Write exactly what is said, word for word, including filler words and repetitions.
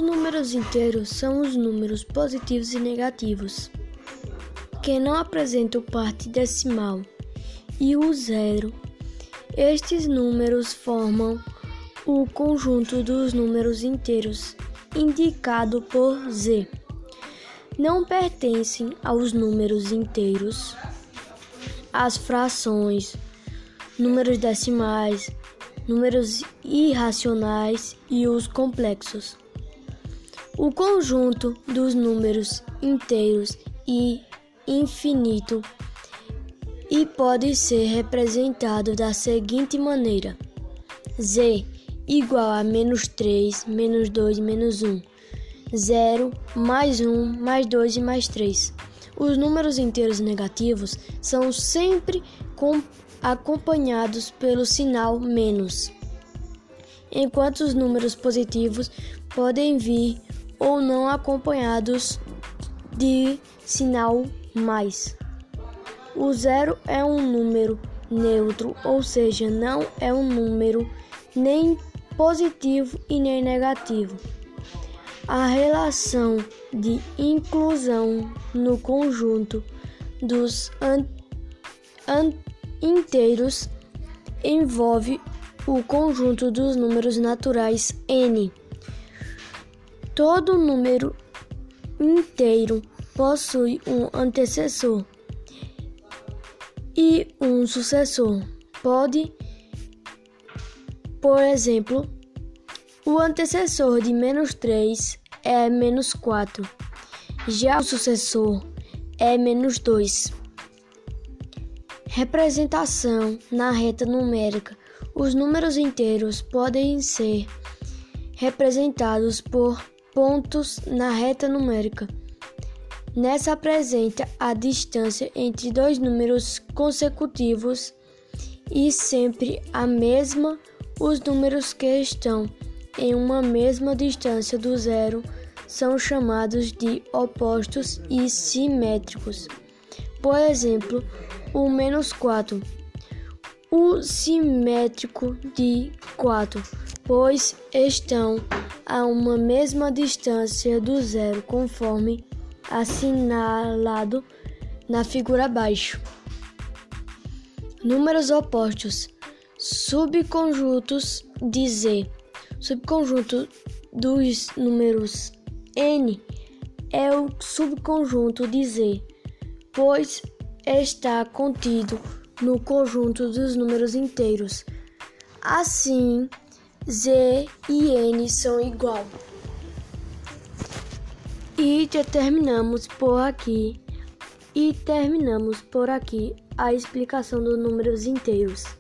números inteiros são os números positivos e negativos, que não apresentam parte decimal, e o zero. Estes números formam o conjunto dos números inteiros, indicado por Z. Não pertencem aos números inteiros as frações, números decimais, números irracionais e os complexos. O conjunto dos números inteiros e infinito e pode ser representado da seguinte maneira: Z igual a menos três, menos dois, menos um, zero, mais um, mais dois e mais três. Os números inteiros negativos são sempre com, acompanhados pelo sinal menos, enquanto os números positivos podem vir ou não acompanhados de sinal mais. O zero é um número neutro, ou seja, não é um número nem positivo e nem negativo. A relação de inclusão no conjunto dos an- an- inteiros envolve o conjunto dos números naturais N. Todo número inteiro possui um antecessor e um sucessor. Pode, por exemplo, o antecessor de menos três é menos quatro, já o sucessor é menos dois. Representação na reta numérica. Os números inteiros podem ser representados por pontos na reta numérica. Nessa apresenta a distância entre dois números consecutivos e sempre a mesma. Os números que estão em uma mesma distância do zero são chamados de opostos e simétricos. Por exemplo, o menos quatro, o simétrico de quatro, pois estão a uma mesma distância do zero, conforme assinalado na figura abaixo. Números opostos, subconjuntos de Z. Subconjunto dos números N é o subconjunto de Z, pois está contido no conjunto dos números inteiros. Assim, Z e N são igual. E terminamos por aqui. E terminamos por aqui a explicação dos números inteiros.